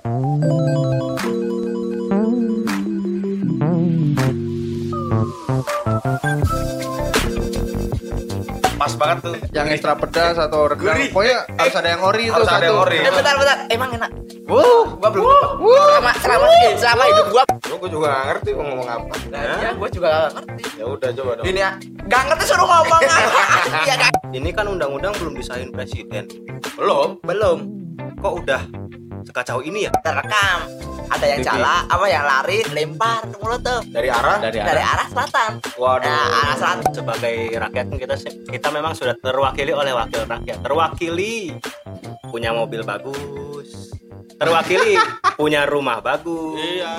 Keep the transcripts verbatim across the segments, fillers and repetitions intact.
Pas banget tuh. Yang ekstra pedas atau rendang. Pokoknya harus ada yang ori itu harus satu. ada yang ori. Eh bentar bentar, emang enak. Wuh, Gua belum selama selama eh, selama hidup gua. Lu gua juga gak ngerti mau ngomong apa. Nah, ya gua juga gak ngerti. Ya udah coba dong. Ini ya, gak ngerti suruh ngomong apa. Iya kan? Ini kan undang-undang belum disahin presiden. Belum? Belum Kok udah sekacau ini ya? terekam. Ada yang T V. jala, apa yang lari, lempar ke mulut tuh. Dari arah? dari Dari arah. arah selatan. Waduh. Nah, arah selatan. Sebagai rakyat kan kita kita memang sudah terwakili oleh wakil rakyat. Terwakili punya mobil bagus. Terwakili punya rumah bagus. Iya.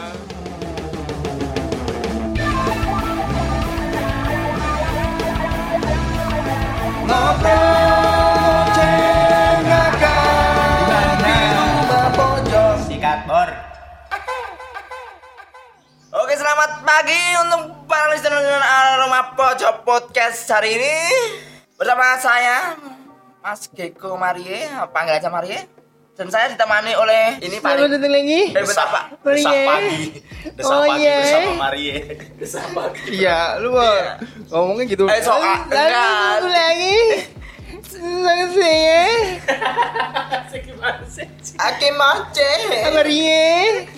Sikat bor. Oke, selamat pagi untuk para listener Rumah Pojok Podcast hari ini bersama saya Mas Geko Marie, panggil aja Marie. Dan saya ditemani oleh ini Pak. Selamat datang lagi. Eh, bentar, Pak. Desah Marie. pagi. Desah Oh, pagi iya. bersama Marie. Desah pagi. Iya, lu mau ngomongnya gitu. Eh, sok, ah, enggak. Satu lagi. Sangat saya. Aki Mace. Marie.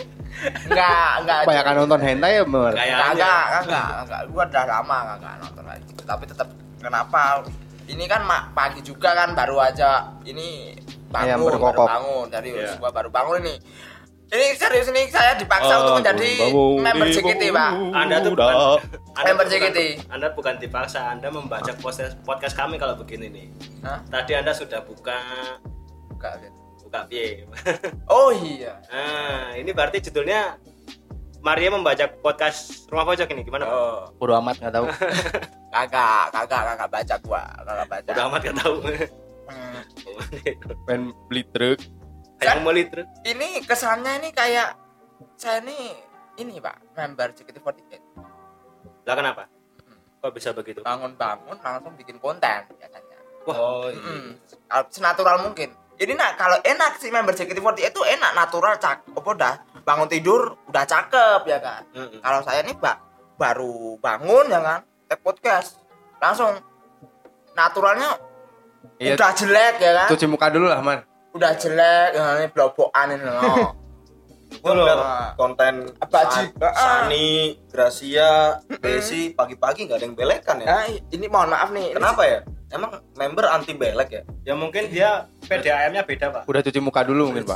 Enggak, enggak. Kebanyakan nonton hentai ya, Mer? Kayaknya. Enggak, enggak, enggak. Gua udah lama enggak nonton lagi. Tapi tetap kenapa? Ini kan ma- pagi juga kan, baru aja ini Ayam bangun, baru berkokok. bangun. Dari Iya. gua baru bangun ini. Ini serius ini saya dipaksa untuk menjadi member J K T, Pak. Anda tuh bukan Anda Member tuh J K T. bukan- Anda bukan dipaksa, Anda membaca podcast podcast kami kalau begini nih. Hah? Tadi Anda sudah buka Enggak. gitu. buka piye. Oh iya. Nah, ini berarti judulnya Maria membaca podcast Rumah Pojok ini gimana, Pak? Oh, Bodo amat enggak tahu. kagak, kagak, kagak baca gua, kagak baca. Udah amat gak tahu. Hmm. Pengen beli truk. Yang mau liter. Ini kesannya ini kayak saya ini ini Pak, member J K T empat delapan. Lah kenapa? Kok bisa begitu? Bangun-bangun langsung bikin konten biasanya. Oh iya. Mm, senatural mungkin. Ini nak kalau enak sih member J K T empat delapan itu enak, natural, cak. Apa dah bangun tidur udah cakep ya kan. Mm-mm. Kalau saya nih Pak baru bangun ya kan, take podcast langsung naturalnya Iya. udah jelek ya kan. Cuci muka dulu lah, Man. Udah jelek, ya, ini blobokan ini loh. Gua liat konten Abaji. Sa- Sani, Gracia, Desi pagi-pagi nggak ada yang belekan ya. Nah, ini mohon maaf nih. Kenapa ya? Emang member anti belek ya? Ya mungkin dia P D A M-nya beda, Pak. Udah cuci muka dulu mungkin, Pak.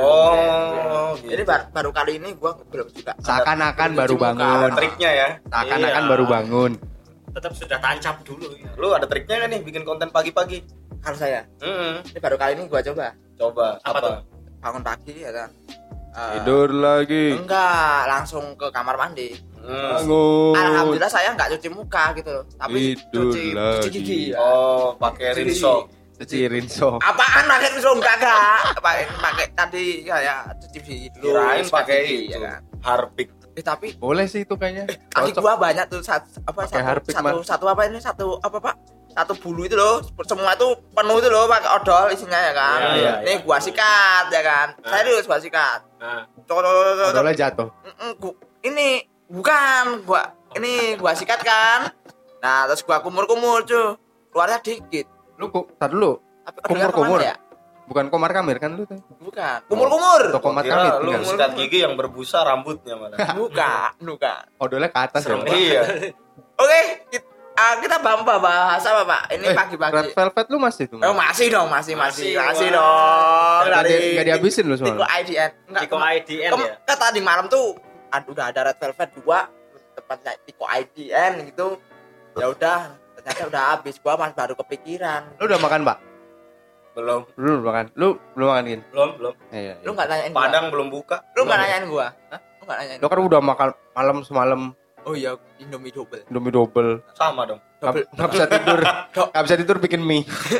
Oh, Ini gitu. bar- baru kali ini gua belum juga. Seakan-akan Ada- baru cuci muka. bangun. Ada triknya ya. Seakan-akan Iya. baru bangun. Tetap sudah tancap dulu. Ya. Lu ada triknya nggak nih bikin konten pagi-pagi? Kalau saya, Hmm, ini baru kali ini gua coba. coba Apa tuh? Bangun pagi ya kan. Eh, Tidur lagi. Enggak, langsung ke kamar mandi. Hmm. Bangun. Alhamdulillah saya enggak cuci muka gitu loh. Tapi Tidur cuci, lagi. cuci gigi. Oh, pakai Cuci rinso. Cuci rinso. Apaan pakai tisu enggak enggak? Pakai pakai tadi ya ya cuci gigi dulu. Kirain sikat pakai gigi, itu. ya kan. Harpic. Eh tapi Boleh sih itu kayaknya. kaki Cocok. gua banyak tuh satu, apa Pakai satu, Harpic, satu, Man. satu apa ini satu apa Pak? Satu bulu itu loh, semua itu penuh itu loh pakai odol isinya ya kan. Iya, iya, Nih gua sikat ya kan. Ah. Serius gua sikat. Nah, Cok, cok, cok, cok, cok. Odolnya jatuh. Mm-mm, gua- ini bukan gua ini gua sikat kan. Nah, terus gua kumur-kumur cuy. Keluarnya dikit. Lu kok tar dulu. Tapi Kumur-kumur. kemana ya? Bukan Komar Kamir kan lu tuh. Bukan. Kumur-kumur. Atau Komar Kira Kamir lu tinggal. sikat gigi yang berbusa rambutnya malah. Bukan, bukan. Odolnya ke atas ya. Pak. Iya. Oke, kita, ah, kita bahas bahas apa, Pak? Ini Eh, Red pagi-pagi. Velvet lu masih tuh. Oh, masih dong, masih, masih, Masih, masih, wah. dong. Nggak Dari di- nggak dihabisin lu Tiko soalnya. I D N. Enggak, Tiko I D N kem- ya. kan tadi malam tuh ad- udah ada Red Velvet dua, tepatnya Tiko I D N gitu. Ya udah, ternyata udah habis. Gua masih baru kepikiran. Lu udah makan, Pak? Belum, Lu belum makan. Lu belum makan Gin? belum, belum. Iya. Lu enggak nanyain gua. Padang belum buka. Lu enggak nanyain gua. Hah? Lu enggak nanyain. Lu kan udah makan malam semalam Oh iya, Indomie double. Indomie double. Sama dong. Double. Nggak bisa tidur. Nggak bisa tidur bikin mie.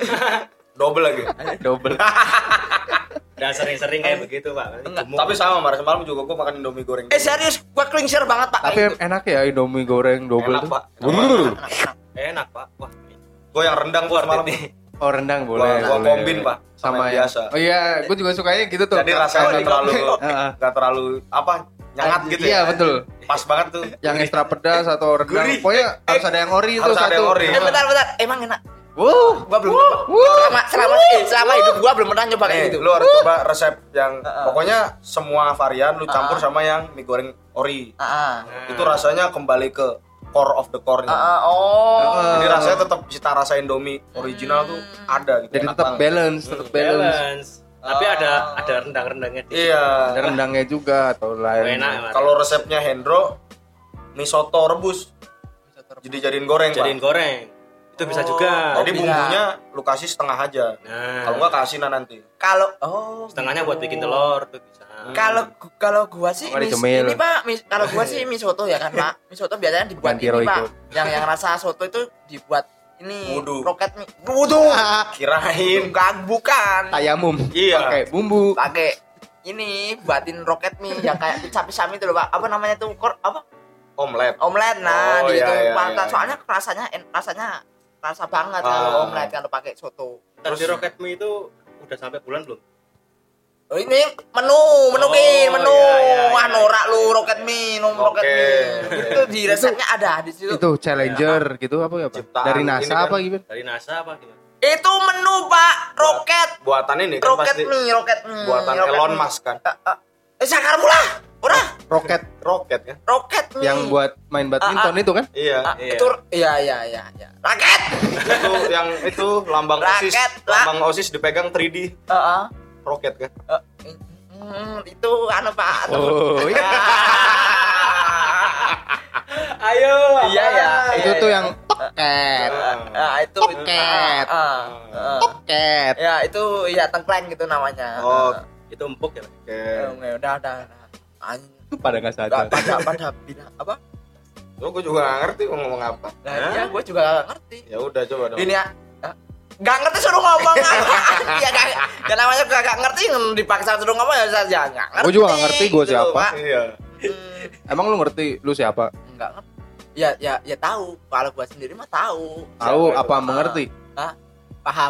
Double lagi. Double. udah sering-sering kayak begitu, Pak. Nanti Enggak, gemuk. Tapi sama kemarin semalam juga gua makan Indomie goreng. Eh serius, gua klinger banget, Pak. Tapi enak ya Indomie goreng double Enak, tuh. Pak. Brrr. enak, Pak. Wah, Gua yang rendang gua worth semalam. it nih. Oh rendang boleh. Gua, gua boleh. kombin pak sama, Sama yang yang biasa. Oh iya, gue juga sukanya gitu tuh. Jadi rasanya nggak terlalu Heeh. nggak terlalu apa nyangat gitu Iya ya. betul. Pas banget tuh. Yang ekstra pedas atau rendang. Gurih. Pokoknya harus ada yang ori itu Harus ada satu. yang ori. Eh bentar bentar, emang enak. Wuh. Gua belum coba. Selama selama eh, selama hidup gua belum pernah nyoba kayak Nih, gitu. lu harus coba resep yang Heeh. pokoknya semua varian lu campur Heeh. sama yang mie goreng ori. Heeh. Itu rasanya kembali ke core of the core-nya. Heeh, oh. Jadi rasanya tetap cita rasa Indomie original tuh ada gitu. Jadi enak tetap banget. balance, tetap balance. balance. Tapi Oh. ada ada rendang-rendangnya di Iya. Ada rendangnya juga atau lain. Enak emang. Kalau resepnya Hendro mie soto rebus. Jadi jadiin goreng, jadiin Pak. goreng. Itu bisa Oh. juga. Jadi bisa. bumbunya lu kasih setengah aja. Nah, Kalau enggak kasinan nanti. Kalau oh setengahnya buat bikin gitu. telur tuh bisa. Kalau kalau gua sih Oh, mie, dicemil. ini Pak, mie- kalau gua sih mie soto ya kan Pak. Mie soto biasanya dibuat Ganti ini Royco. Pak. Yang yang rasa soto itu dibuat ini Wudu. roket mie. Wudu. Kirain. Bukan, bukan. Tayamum. Iya. Pakai bumbu. Pakai ini buatin roket mie yang kayak pisah-pisah itu loh Pak. Apa namanya tuh? Kor apa? Omelet. Omelet. Nah, Oh, di iya, itu iya, Pak. iya. Soalnya rasanya en- rasanya rasa banget Ah. kalau omelet kalau pakai soto. Terus di Rocket Mie itu udah sampai bulan belum? Oh, ini menu, menu Oh, Kin, menu. iya, iya, Wah, iya, norak iya. lu roket mie, nom Oke. roket mie. Itu di resepnya ada di situ. Itu challenger gitu apa ya, Pak? Ciptaan Dari ini NASA kan. apa gimana? Dari NASA apa gimana? Itu menu Pak, roket, Buatan ini kan roket pasti mie, roket mie. buatan roket Elon mie. Musk kan. Eh, eh, eh sakar mula, ora? Roket Roket kan? Roket mie. yang buat main badminton itu kan? Iya. Ah, Iya. itu iya iya iya iya. Raket. Itu yang itu lambang OSIS. Raket, lah. Lambang OSIS dipegang tiga D Heeh. roket kan. Eh, hmm, itu anu Pak. Oh, iya. Ayo. Iya ya. Itu iya, tuh iya. yang toket. Ah, itu Toket. Ah, ah. Toket. Ya, itu ya tengkleng gitu namanya. Oh, Ah. Itu empuk ya, Pak? Oke. Eh, udah udah. udah. An- Pada nggak sadar. pada pada bina apa? Lo gue juga gak ngerti mau ngomong apa. Nah, Hah? iya gue juga gak ngerti. Ya udah coba dong. Ini ya ah, gak ngerti suruh ngomong apa? Ya gak, ya namanya gak, gak ngerti dipaksa suruh ngomong ya saja gak ngerti. Gua juga gak ngerti gua gitu siapa. loh, Pak. Iya. Hmm, Emang lu ngerti lu siapa? enggak ngerti. Ya ya ya tahu. Kalau gua sendiri mah tahu. Tahu Siapa itu? apa mengerti? Hah? Paham.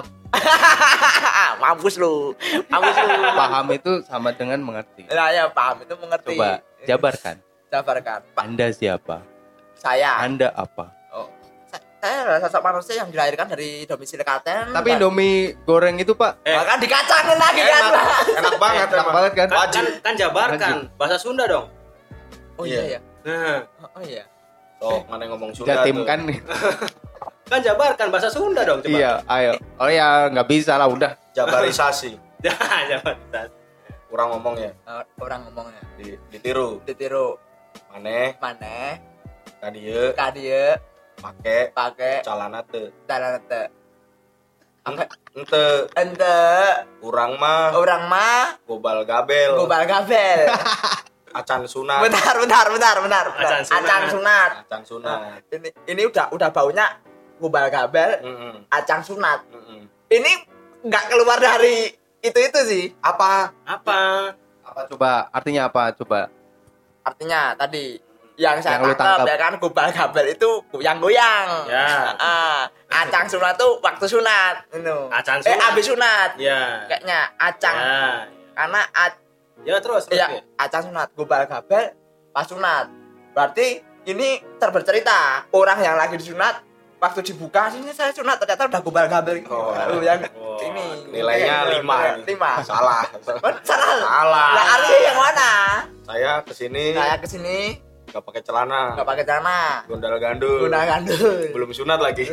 Mampus lu. Mampus lu. Paham itu sama dengan mengerti. Nah, ya paham itu mengerti. Coba jabarkan. Jabarkan. Pak, Anda siapa? saya. Anda apa? Oh, sa- saya adalah sosok manusia yang dilahirkan dari domisili Klaten. Tapi Indomie goreng itu, Pak, Eh. Bahkan dikacangin lagi kan. Enak, enak banget enak emang. banget kan? Kan, Wajib. kan, kan jabarkan bahasa Sunda dong. Oh iya ya. Nah, Oh iya. So, mana yang ngomong Sunda Jatim tuh. kan? kan jabarkan bahasa Sunda dong coba. Iya, ayo. Oh ya, nggak bisa lah, udah. Jabarisasi. Jabarkan. Kurang ngomongnya. Eh, orang ngomongnya Di, ditiru. ditiru Maneh maneh kadieu ka dieu make pake calana teu. dalan teu. Ente Ente urang mah orang mah gobal gabel. gobal gabel. Acan sunat. Bentar, bentar, bentar, bentar. Acan sunat. Acang sunat. Acan sunat. Ini ini udah udah baunya gobal gabel, Heeh. acang sunat. Heeh. Ini nggak keluar dari itu itu sih. Apa? Apa? Apa coba? Artinya apa? Coba. Artinya tadi yang saya Yang lu tangkap tangkap. ya kan gobal gabel itu goyang-goyang. Ya. Ah, acang sunat tuh waktu sunat. Itu. Acang Eh sunat. abis sunat. Ya. Kayaknya acang. Ya. Karena a- Ya terus. terus, ya, ya. acang sunat, gobal gabel pas sunat. Berarti ini terbercerita orang yang lagi disunat waktu dibuka sini saya sunat ternyata udah gobal gabel gitu. Oh. Lalu yang Oh. ini Nilainya Kayak- lima. lima. Salah. Oh, salah. Salah. Lah Ali yang mana? Saya kesini Saya kesini nggak pakai celana. nggak pakai celana, Gondal gandul. guna gandul. Belum sunat lagi.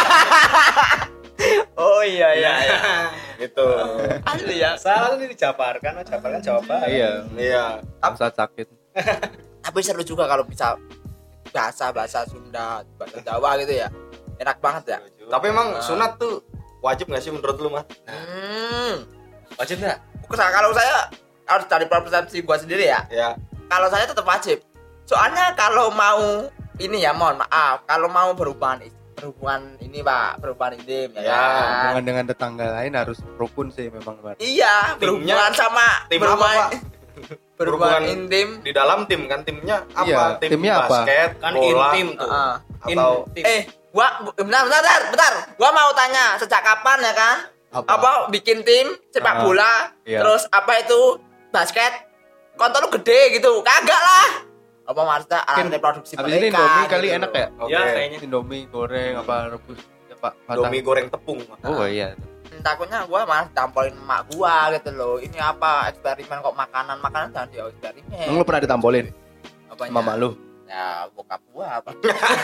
Oh iya iya. iya. Gitu. Asli ya. Salah tuh dijabarkan, jabarkan jawaban. Iya. Iya. Saat sakit. Tapi seru juga kalau bisa bahasa-bahasa Sunda, bahasa Jawa gitu ya. Enak banget ya. Tapi emang Nah. sunat tuh wajib nggak sih menurut lu mah? Hmm. Wajib nggak? Kalau saya harus dari persepsi gua sendiri ya. Ya. Kalau saya tetap wajib. Soalnya kalau mau ini ya mohon maaf, kalau mau berhubungan berhubungan ini Pak, berhubungan intim ya. Ya, kan? Hubungan dengan tetangga lain harus rukun sih memang, Pak. Iya, berhubungan sama tim apa, berhubungan Pak? berhubungan Berhubungan intim. Di dalam tim kan timnya apa? Iya, Tim timnya apa? basket, Kan bola, intim tuh. Ah. atau Intim. Eh, Gua bentar bentar bentar, bentar. Gua mau tanya sejak kapan ya kan? Apa? Apa, bikin tim sepak Ah, bola, iya. terus apa itu basket? Konten lu gede gitu. Kagak lah. Apa maksudnya alat reproduksi Habis ini mereka? Indomie kali gitu enak loh. ya? Oke. Ya kayaknya. Indomie goreng apa rebus apa patah. Indomie goreng tepung. Oh iya. Takutnya gua malah tampolin emak gua gitu loh. Ini apa eksperimen kok makanan makanan jangan dia eksperimen. Emang lu pernah ditampolin Apanya? sama mak lu? Ya bokap gua apa?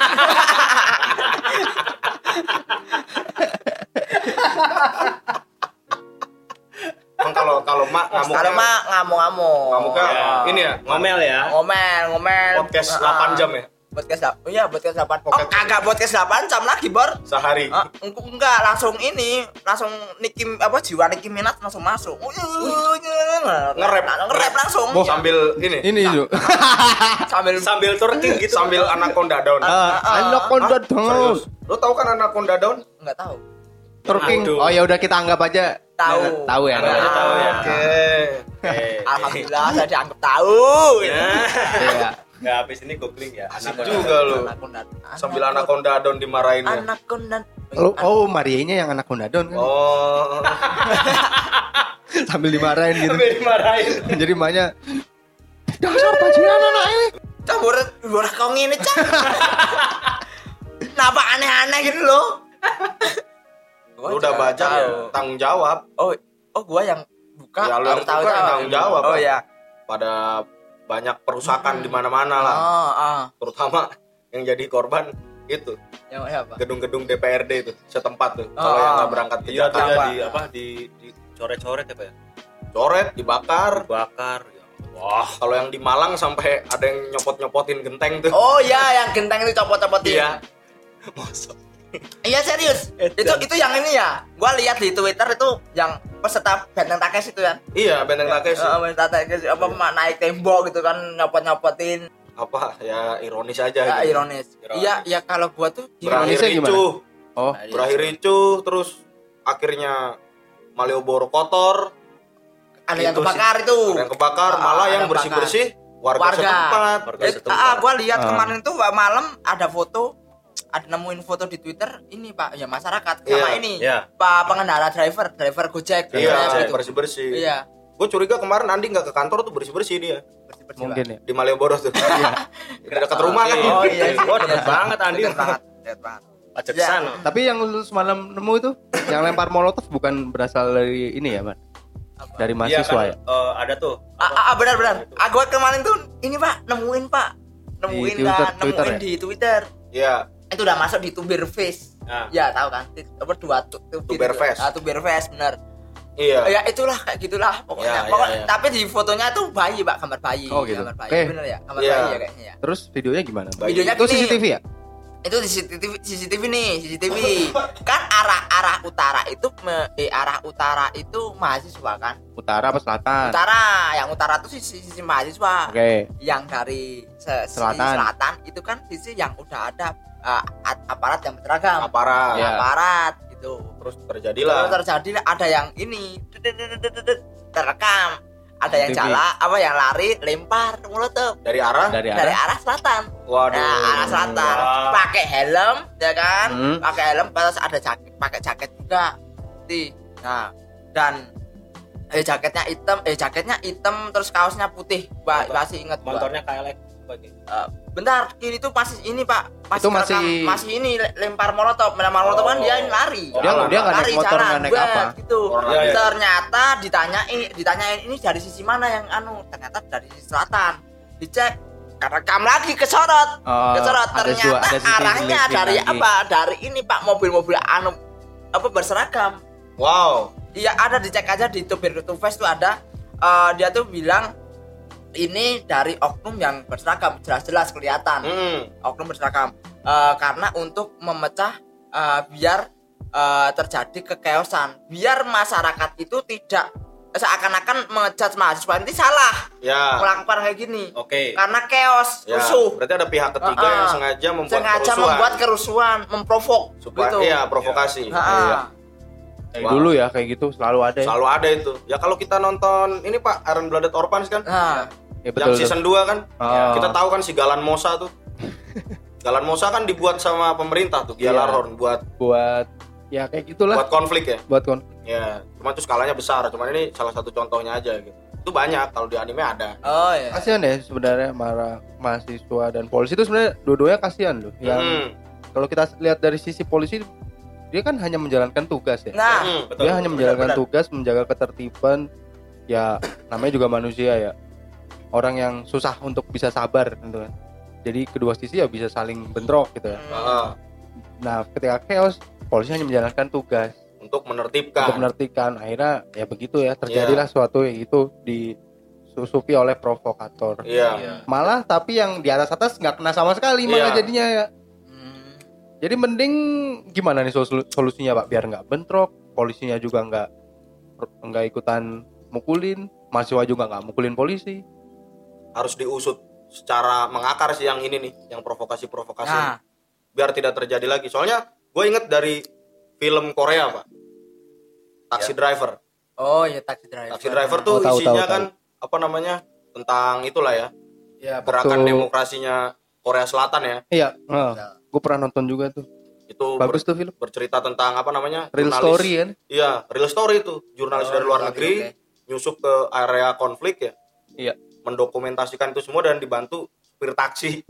Emang kalau kalau mak ngamuk Kalau mah ngamuk-ngamuk. ngamuknya Ya. ini ya Ngomel ya. ngomel ngomel. podcast Ah, delapan jam ya Podcast delapan. Oh iya podcast delapan. Oh Podcast- kagak podcast delapan jam lagi, Bor. sehari. Ah, eng- enggak langsung ini, langsung Nicki apa jiwa Nicki Minaj langsung masuk. Nge-rap. nge-rap langsung. Oh. Sambil ini Ini itu. Sambil Sambil twerking gitu. sambil anaconda down. Ah, anak kondat Serius? Lo tahu kan anaconda down? enggak tahu. Turking. Aduh. Oh ya udah kita anggap aja. Tahu. Tahu ya. Anggap aja tahu ya. Oke. Oke. Alhamdulillah saya dianggap tahu. Ya. Iya. Nggak habis ini googling ya. Asik Anak juga lo. Anaconda. Sambil anaconda down dimarahinnya. Anaconda. Oh, oh Marienya yang anak kondadon kan. Oh. Sambil dimarahin gitu. Sambil dimarahin. Jadi maknya dasar bajingan anak ini. Campur ora kau ngene, Cak. Kenapa aneh-aneh gitu loh? Gua Lu udah juga baca tahu. tanggung jawab Oh, oh gua yang buka. Ya, lu yang harus tahu buka, tahu. tanggung jawab, Oh Pak. ya. pada banyak perusakan di mana-mana lah. Oh, ah. Terutama yang jadi korban itu Yang ya, apa? gedung-gedung D P R D itu setempat tuh. Oh, Kalau yang oh. nggak berangkat ke Iya tuh Jakarta ya Apa? di apa di di coret-coret ya Pak ya. coret, dibakar. Bakar. Ya. Wah. Kalau yang di Malang sampai ada yang nyopot-nyopotin genteng tuh. Oh ya, yang genteng itu copot-copotin. Iya. Masa? Iya serius. itu itu yang ini ya. Gua lihat di Twitter itu yang peserta Benteng Takeshi itu kan. Iya, Benteng Takeshi. Heeh, Benteng Takeshi apa mak naik tembok gitu kan nyopot-nyopotin. Apa ya ironis aja Ya, gitu. ironis. Ironis. Iya, ya kalau gua tuh Berakhir Ironisnya gimana? ricuh. Oh, Berakhir ricuh terus akhirnya Malioboro kotor, ada yang Itu sih. kebakar itu. ada yang kebakar, Ah, malah ada yang yang bersih-bersih warga, Warga. setempat. Warga Eh, setempat. ah, gua lihat Ah. kemarin tuh malam ada foto, ada nemuin foto di Twitter ini Pak, ya masyarakat sama Iya, ini. iya. Pak pengendara driver, driver Gojek. Iya, Gojek gitu. bersih-bersih. Iya. Gue curiga kemarin Andi nggak ke kantor tuh bersih-bersih dia Bersih-bersih, mungkin Pak. ya. di Malioboro tuh. Dekat rumah kan. Oh iya, sih. Wah, deket banget, Andi. Deket banget, deket banget. Pajaksan. Tapi yang lu semalam nemu itu yang lempar molotov bukan berasal dari ini ya, Bang? Dari Iya mahasiswa kan, ya? eh, ada tuh. Ah, ah, benar benar. Ah, gua kemarin tuh ini Pak, nemuin Pak. Nemuin Di Twitter- kan, Twitter nemuin ya? di Twitter. Iya. Itu udah masuk di Tubir Face. Nah, Ya, tahu kan? Ti- Apa dua tu- tubir. Tubir itu. Face. Ah, Tubir Face benar. Iya. Ya itulah kayak gitulah pokoknya. Ya, Pokoknya ya, ya. tapi di fotonya tuh bayi Pak, gambar bayi. Oh, gitu. Gambar bayi. Oke. Bener ya? Gambar Iya. bayi ya kayaknya ya. Terus videonya gimana, Bang? Videonya Itu gini. C C T V ya? Itu di C C T V C C T V nih, C C T V. Kan arah arah utara itu me- eh, arah utara itu mahasiswa kan? Utara apa selatan? Utara, yang utara tuh sisi sisi mahasiswa. Oke. Yang dari se- sisi Selatan. selatan itu kan sisi yang udah ada uh, a- aparat yang berseragam. Aparat. Iya. Aparat gitu. Terus terjadilah. Terus terjadi ada yang ini terekam, ada yang C C T V. jalan apa yang lari lempar molotov Dari arah. Dari dari arah. arah selatan. Waduh. Nah, arah selatan Wah. pakai helm ya kan, Hmm. pakai helm terus ada jaket, pakai jaket juga. Di. Nah, dan eh jaketnya hitam, eh jaketnya hitam terus kaosnya putih. Gua Motor- masih inget gua. motornya kayak like apa ini? Eh, bentar, ini tuh masih ini Pak, masih Itu masih- kerekam- masih ini le- lempar molotov, lempar molotov kan Oh. dia lari. Oh, Dia dia nggak naik Lari, motor, jalan, nggak naik buat, apa. gitu. Orang Iya, iya. Ternyata ditanyain, ditanyain ini dari sisi mana yang anu, ternyata dari sisi selatan. Dicek, kerekam lagi kesorot. Oh, kesorot ada ternyata dua- ada C C T V arahnya dari lagi. apa? Dari ini Pak, mobil-mobil anu apa berseragam. Wow. Iya, ada dicek aja di Tubir Face tuh ada eh, dia tuh bilang ini dari oknum yang berseragam, jelas-jelas kelihatan. Hmm. Oknum berseragam. Eh, karena untuk memecah eh, biar eh, terjadi kekeosan, biar masyarakat itu tidak seakan-akan mengejudge mahasiswa ini salah Ya. melakukan kayak gini Oke. karena chaos, Ya. rusuh, Berarti ada pihak ketiga Ah, ah. yang sengaja membuat sengaja kerusuhan. membuat kerusuhan, memprovok supaya gitu. iya provokasi. Ha-ha. Iya. Kayak Wow. dulu ya kayak gitu selalu ada. Ya, Selalu ada itu. Ya kalau kita nonton ini Pak Iron Blooded Orphans kan Nah, ya yang season dua kan. Oh. Kita tahu kan si Galan Mosa tuh. Jalan Mosa kan dibuat sama pemerintah tuh, Gialar Iya. Horn buat buat ya kayak gitulah, buat konflik ya. buat kon. Ya, cuma itu skalanya besar. Cuman ini salah satu contohnya aja gitu. Itu banyak kalau di anime ada. Oh iya. Kasihan ya sebenarnya marah mahasiswa dan polisi itu sebenarnya dua-duanya kasihan loh. Yang Hmm. kalau kita lihat dari sisi polisi, dia kan hanya menjalankan tugas ya. Nah, Hmm, betul. Dia hanya menjalankan benar. tugas, menjaga ketertiban. Ya namanya juga manusia ya. Orang yang susah untuk bisa sabar gitu kan. Jadi kedua sisi ya bisa saling bentrok gitu ya. Heeh. Nah, ketika chaos, polisi hanya menjalankan tugas Untuk menertibkan. untuk menertibkan. Akhirnya ya begitu ya, terjadilah suatu yang itu disusupi oleh provokator. Iya. Malah tapi yang di atas atas nggak kena sama sekali malah Iya. jadinya ya. hmm, Jadi mending gimana nih sol- solusinya Pak biar nggak bentrok, polisinya juga nggak nggak ikutan mukulin, mahasiswa juga nggak mukulin polisi. Harus diusut secara mengakar sih yang ini nih, yang provokasi-provokasi. Nah. Biar tidak terjadi lagi. Soalnya gue inget dari film Korea, Pak. Taxi Driver. oh iya taxi driver. Taxi Driver tuh Oh, tahu, isinya tahu, kan apa namanya? Tentang itulah ya, Ya, gerakan Waktu- demokrasinya Korea Selatan ya. Iya, gue pernah nonton juga tuh. Itu Bagus ber- tuh film. bercerita tentang apa namanya? Real jurnalis. story kan? Iya, real story itu. Jurnalis Oh, dari luar oke, negeri oke. nyusup ke area konflik ya. Iya. Mendokumentasikan itu semua dan dibantu supir taksi.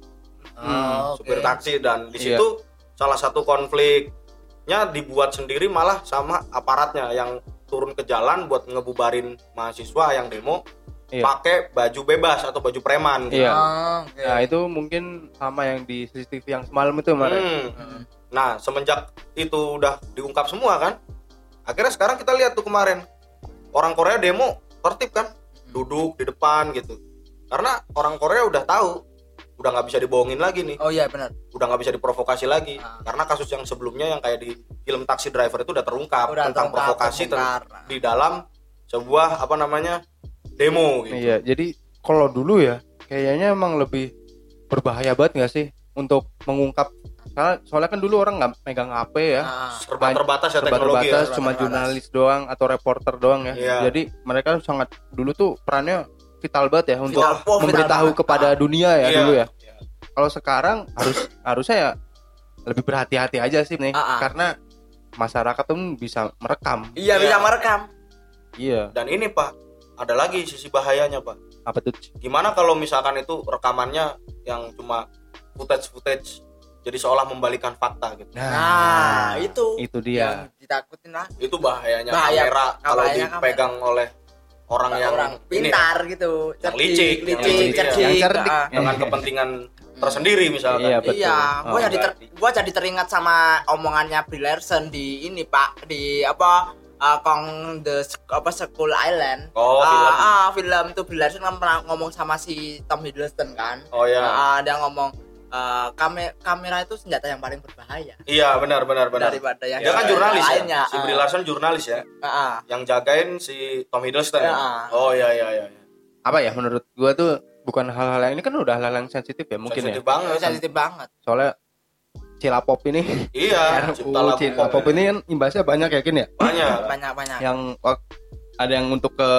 Oh, oke. Supir taksi dan di Iya. situ salah satu konfliknya dibuat sendiri malah sama aparatnya yang turun ke jalan buat ngebubarin mahasiswa yang demo Iya. pakai baju bebas atau baju preman. Iya. Oh, oke. Nah, itu mungkin sama yang di C C T V yang semalam itu kemarin. Hmm. Hmm. Nah, semenjak itu udah diungkap semua kan, akhirnya sekarang kita lihat tuh kemarin orang Korea demo tertib kan, duduk di depan gitu. Karena orang Korea udah tahu, udah nggak bisa dibohongin lagi nih, Oh iya benar. udah nggak bisa diprovokasi lagi. Ah. Karena kasus yang sebelumnya yang kayak di film Taxi Driver itu udah terungkap Udah tentang terungkap, provokasi ter- terbongkar. di dalam sebuah apa namanya demo gitu. Iya, jadi kalau dulu ya kayaknya emang lebih berbahaya banget nggak sih untuk mengungkap. Karena soalnya kan dulu orang nggak megang H P ya, Nah, Serba terbatas ya serba teknologi terbatas, ya. cuma terbatas. jurnalis doang atau reporter doang ya. Iya. Jadi mereka sangat dulu tuh perannya vital banget ya untuk Vital, oh, vital memberitahu banget. kepada Ah. dunia ya Iya. dulu ya. Kalau sekarang harus harusnya ya lebih berhati-hati aja sih nih, Ah, ah. karena masyarakat tuh bisa merekam. Iya Iya. bisa merekam. Iya, Dan ini Pak, ada lagi sisi bahayanya Pak. apa tuh? Gimana kalau misalkan itu rekamannya yang cuma footage-footage jadi seolah membalikan fakta gitu. Nah, itu. itu dia. Yang ditakutin lah. Itu bahayanya Bahaya- kamera kalau bahayanya dipegang oleh orang yang orang ini ya, pintar gitu, yang licik, yang licik, licik, cerdik, yang cerdik. ah. dengan kepentingan tersendiri misalkan. Iya, betul. Iya, Oh, gua jadi ter, berarti. gua jadi teringat sama omongannya Brie Larson di ini Pak, di apa uh, Kong the Sk- apa School Island. Oh, Ah, film. ah, film tuh Brie Larson kan pernah ngomong sama si Tom Hiddleston kan. Oh ya. Ah, dia ngomong uh, kame- kamera itu senjata yang paling berbahaya Iya, benar benar benar. daripada yang Dia kan yang jurnalis ya. lainnya. Si Brie Larson jurnalis ya, Ah, ah. yang jagain si Tom Hiddleston. ya? Ya. Oh iya iya iya. Apa ya menurut gua tuh bukan hal-hal yang ini kan udah hal-hal yang sensitif ya mungkin Sensitif ya. banget. Sensitif banget. Soalnya Cilapop ini Iya, R U cipta lagu Cilapop pop. ini kan imbasnya banyak ya Kin ya. Banyak. Banyak-banyak. Yang wak- ada yang untuk ke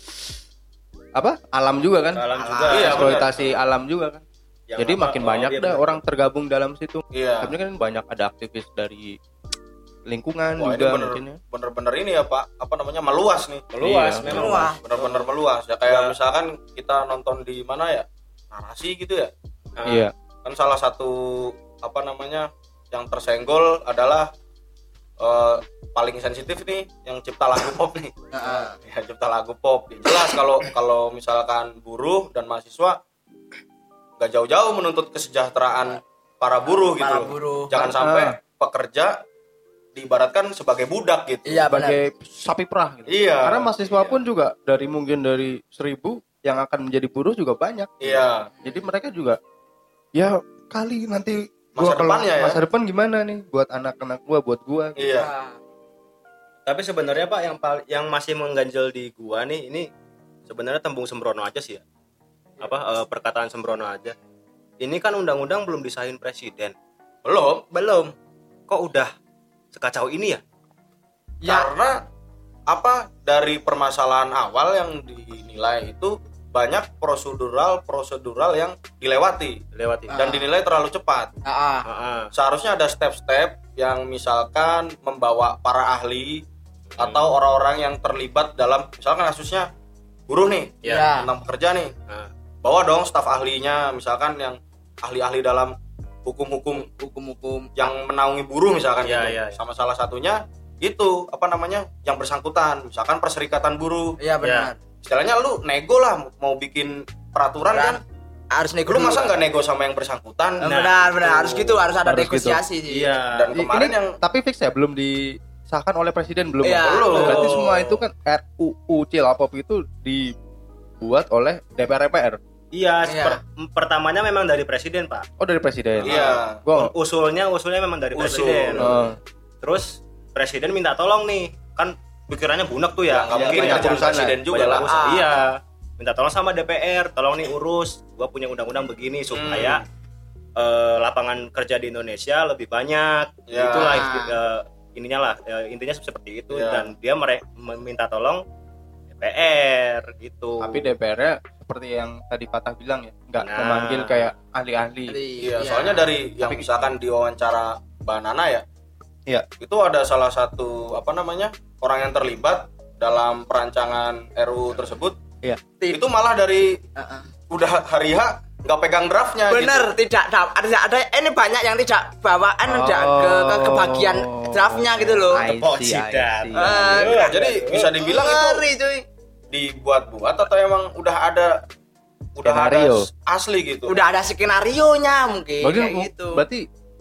apa? Alam juga kan. Alam Alam. juga. Iya, Eksploitasi alam juga kan. Yang Jadi apa? makin Oh, banyak iya, dah benar. orang tergabung dalam situ. Iya. Tapi kan banyak ada aktivis dari lingkungan Wah, ini juga bener, mungkin ya. bener-bener ini ya Pak, apa namanya meluas nih. Meluas Iya, memang. meluas. Bener-bener meluas. Ya kayak Ya. misalkan kita nonton di mana ya, narasi gitu ya. Nah, Iya. Kan salah satu apa namanya yang tersenggol adalah eh, paling sensitif nih yang cipta lagu pop nih. Heeh. Ya, cipta lagu pop. Ya, jelas kalau kalau misalkan buruh dan mahasiswa nggak jauh-jauh menuntut kesejahteraan para buruh gitu. Para loh. buruh. Jangan sampai pekerja diibaratkan sebagai budak gitu. Iya benar. Sebagai sapi perah gitu. Iya. Karena mahasiswa pun juga dari mungkin dari seribu yang akan menjadi buruh juga banyak. Iya. Jadi mereka juga ya kali nanti Masa gua kalau depannya ya. masa depan gimana nih buat anak-anak gua, buat gua. Iya. Ah. Tapi sebenarnya Pak yang pal- yang masih mengganjal di gua nih ini sebenarnya tembung sembrono aja sih ya. Apa eh, perkataan sembrono aja. Ini kan undang-undang belum disahin presiden. Belum. Belum. Kok udah sekacau ini ya? Ya. Karena apa dari permasalahan awal yang dinilai itu banyak prosedural-prosedural yang dilewati Lewati. dan dinilai terlalu cepat. Heeh. Heeh. Seharusnya ada step-step yang misalkan membawa para ahli atau orang-orang yang terlibat dalam misalkan kasusnya buruh nih, Ya. tentang pekerja nih. Nah, Bawa dong staf ahlinya misalkan yang ahli-ahli dalam hukum-hukum Hukum-hukum. yang menaungi buruh misalkan Iya, gitu. iya, iya. Sama salah satunya itu apa namanya yang bersangkutan misalkan perserikatan buruh. Iya benar. Istilahnya lu nego lah mau bikin peraturan kan. Harus nego. Lu dulu. masa nggak nego sama yang bersangkutan? Eh, benar, benar. itu. Harus gitu, harus ada Harus gitu. negosiasi sih. iya. Dan kemarin ini, yang tapi fix ya belum disahkan oleh presiden belum. Iya. Belum. Berarti semua itu kan R U U Cilapop itu dibuat oleh D P R D P R. Iya, Iya. per- pertamanya memang dari presiden, Pak. Oh dari presiden. Iya. Gua Usulnya usulnya memang dari Usul. presiden. Oh. Terus presiden minta tolong nih, kan pikirannya bunek tuh ya. Ya, nggak Iya, mungkin banyak kerjaan urusan presiden juga Banyak lah. urusan. Ah. Iya. Minta tolong sama D P R, tolong nih urus. Gua punya undang-undang begini supaya eh, lapangan kerja di Indonesia lebih banyak. Ya. Itulah inti- eh, ininya lah, eh, intinya seperti itu Ya. dan dia mere- meminta tolong D P R gitu. Tapi D P R-nya seperti yang tadi Fatah bilang ya, nggak Nah. memanggil kayak ahli-ahli. Iya, soalnya dari yang Tapi- misalkan diwawancara Mbak Nana ya. Iya. Itu ada salah satu apa namanya? Orang yang terlibat dalam perancangan R U U tersebut. Iya. Itu malah dari Heeh. udah hari H nggak pegang draftnya Bener, gitu. tidak ada, ada ada ini banyak yang tidak bawaan Oh. tidak ke, ke kebagian draftnya gitu loh. I Tepok see, I jidat. see. Eh, Iya, jadi bisa dibilang itu Ngeri, cuy. dibuat-buat atau emang udah ada udah Skenario. ada asli gitu. Udah ada skenario nya mungkin Berarti, kayak gitu. berarti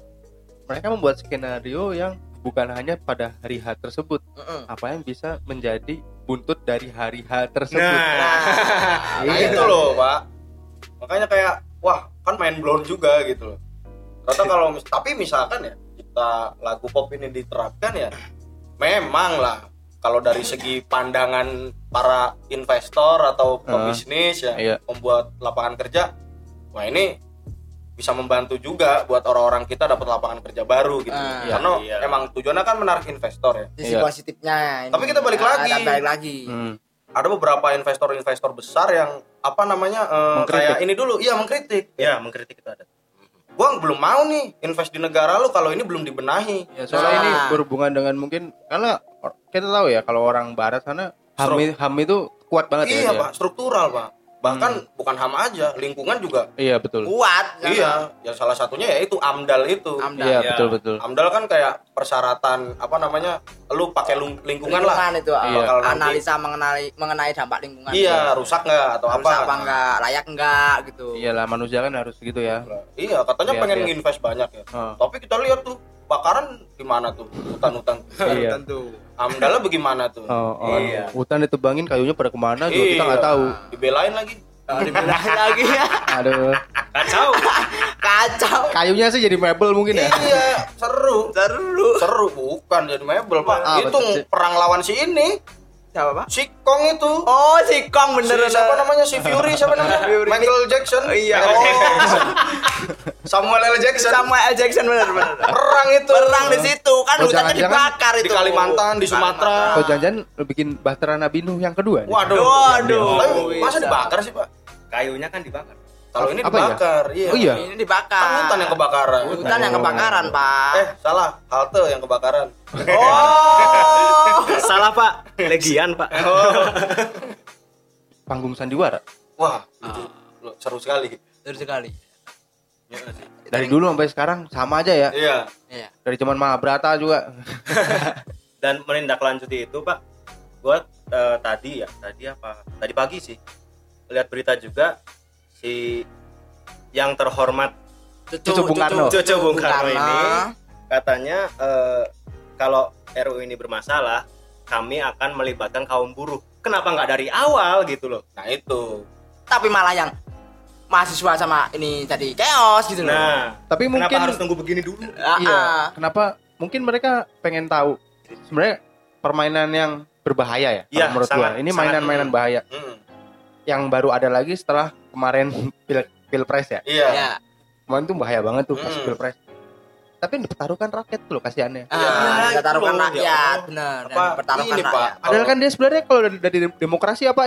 mereka membuat skenario yang bukan hanya pada hari H tersebut, Heeh. apa yang bisa menjadi buntut dari hari H tersebut. Nah, Nah, Iya. itu loh, Pak. Makanya kayak wah, kan main blown juga gitu loh. Ternyata kalau mis- tapi misalkan ya kita lagu pop ini diterapkan ya memang lah kalau dari segi pandangan para investor atau pebisnis ya iya. membuat lapangan kerja, wah ini bisa membantu juga buat orang-orang kita dapat lapangan kerja baru gitu. Ah, Karena iya. emang tujuannya kan menarik investor ya. Sisi Iya. positifnya ini. Tapi kita balik Ah, lagi. kita balik lagi. Hmm. Ada beberapa investor-investor besar yang apa namanya eh, Mengkritik. kayak ini dulu, iya mengkritik. ya mengkritik itu ada. Gua belum mau nih invest di negara lu kalau ini belum dibenahi. Ya, soalnya Nah. ini berhubungan dengan mungkin karena or- kita tahu ya kalau orang barat sana H A M, i- H A M itu kuat banget ya. Iya, dia. Pak, struktural, Pak. Bahkan bukan H A M aja, lingkungan juga. Iya betul. Kuat. Iya, ya salah satunya yaitu AMDAL itu. Amdal. Iya Ya. betul betul. AMDAL kan kayak persyaratan apa namanya? Lu pakai lung- lingkungan, lah. Lingkungan itu ah. Iya. Bakal nanti- Analisa mengenai mengenai dampak lingkungan. Iya, rusak nggak atau Rusak apa? apa enggak, layak enggak gitu. Iyalah manusia kan harus gitu ya. Iya, katanya Lihat, pengen lihat. nginvest banyak ya. Oh. Tapi kita lihat tuh bakaran gimana tuh hutan-hutan. Iya. Tentu. AMDALnya bagaimana tuh? Oh, oh. Iya. Hutan ditebangin kayunya pada kemana juga kita nggak Iya. tahu. Dibelain lagi. Oh, dibelain lagi ya. Aduh. Kacau. Kacau. Kayunya sih jadi mebel mungkin ya. Iya, seru. Seru. Seru bukan jadi mebel, Pak. Ah, Itu betul sih. perang lawan si ini, Siapa, Pak? si Kong itu. Oh, si Kong bener. Si, siapa namanya? Si Fury siapa namanya? Fury. Michael Jackson. Iya. Michael Oh. Jackson. Samuel L. Jackson. Samuel L. Jackson bener bener. Perang itu. Perang di situ kan Oh, hutannya jangan-jangan dibakar di itu. Kalimantan, di Sumatera. Oh jangan-jangan bikin Bahtera Nabi Nuh yang kedua nih? Waduh. Waduh. Tapi masa Bisa. dibakar sih, Pak? Kayunya kan dibakar. Kalau ini Apa ya? dibakar, iya. Oh iya. Ini dibakar. Kan hutan yang kebakaran. Hutan yang kebakaran, Pak. Eh, salah. Halte yang kebakaran. Oh. Salah, Pak. Legian, Pak. Panggung sandiwara. Wah, itu seru sekali. Seru sekali. Dari dulu sampai sekarang sama aja ya. Iya. Iya. Dari zaman Mahabharata juga. Dan menindaklanjuti itu, Pak, gua eh, tadi ya, tadi apa? Tadi pagi sih lihat berita juga si yang terhormat Cucu Bung Karno. Cucu Bung Karno ini katanya eh, kalau R U U ini bermasalah, kami akan melibatkan kaum buruh. Kenapa nggak dari awal gitu loh? Nah, itu. Tapi malah yang mahasiswa sama ini tadi chaos gitu loh. Nah, Tapi kenapa mungkin harus tunggu begini dulu? Ah, iya. ah. Kenapa? Mungkin mereka pengen tahu sebenarnya permainan yang berbahaya ya. kalau Iya, menurut sangat- gua. Ini sangat- mainan-mainan bahaya Hmm. yang baru ada lagi setelah kemarin pil pilpres ya. Iya. Iya. Kemarin tuh bahaya banget tuh pas Hmm. pilpres. Tapi yang dipertaruhkan rakyat tuh loh kasihannya. Ah, Iya, kita taruhkan itu loh. rakyat, Ya benar. Apa, Pertaruhkan ini, Pak? rakyat. Padahal kan dia sebenarnya kalau dari, dari demokrasi apa ya kan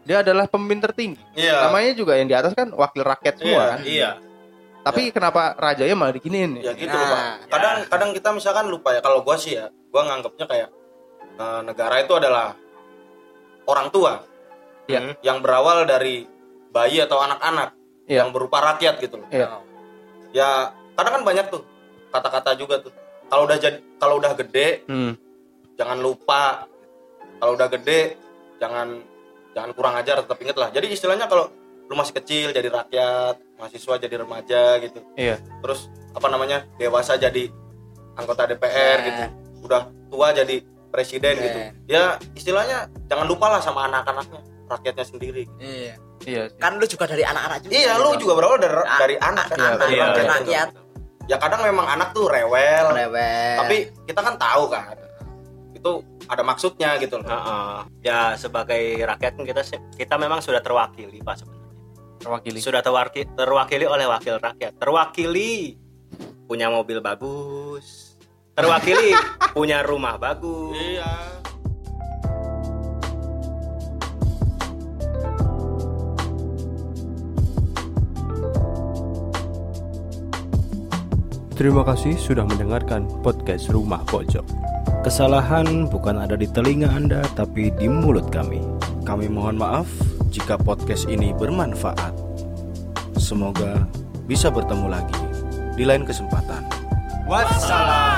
dia adalah pemimpin tertinggi. Iya. Namanya juga yang di atas kan wakil rakyat semua Iya, kan. Iya. Tapi kenapa rajanya malah diginiin Ya ya? gitu Nah, loh, Pak. Kadang kadang kita misalkan lupa ya, kalau gua sih ya, gua nganggapnya kayak eh, negara itu adalah orang tua. Iya. Hmm, yang berawal dari bayi atau anak-anak Iya. yang berupa rakyat gitu loh. Iya. Ya, kadang kan banyak tuh kata-kata juga tuh. Kalau udah jadi kalau udah gede, Hmm. jangan lupa. Kalau udah gede, jangan jangan kurang ajar, tetap inget lah. Jadi istilahnya kalau lu masih kecil jadi rakyat, mahasiswa jadi remaja gitu. Iya. Terus apa namanya? Dewasa jadi anggota D P R Nah. gitu. Udah tua jadi presiden Nah. gitu. Ya, istilahnya jangan lupa lah sama anak-anaknya, rakyatnya sendiri. Iya. Iya sih. Kan lu juga dari anak-anak juga. Iya, lu juga berawal dari, Ah, dari anak kan. Anak, Dari iya, rakyat iya. rakyat. Ya kadang memang anak tuh rewel, Rewel. tapi kita kan tahu kan itu ada maksudnya gitu loh. Heeh. Ya sebagai rakyat kan kita kita memang sudah terwakili Pak sebenarnya. Terwakili. Sudah terwakili, terwakili oleh wakil rakyat. Terwakili punya mobil bagus. Terwakili punya rumah bagus. Iya. Terima kasih sudah mendengarkan podcast Rumah Pojok. Kesalahan bukan ada di telinga Anda, tapi di mulut kami. Kami mohon maaf jika podcast ini bermanfaat. Semoga bisa bertemu lagi di lain kesempatan. Wassalam.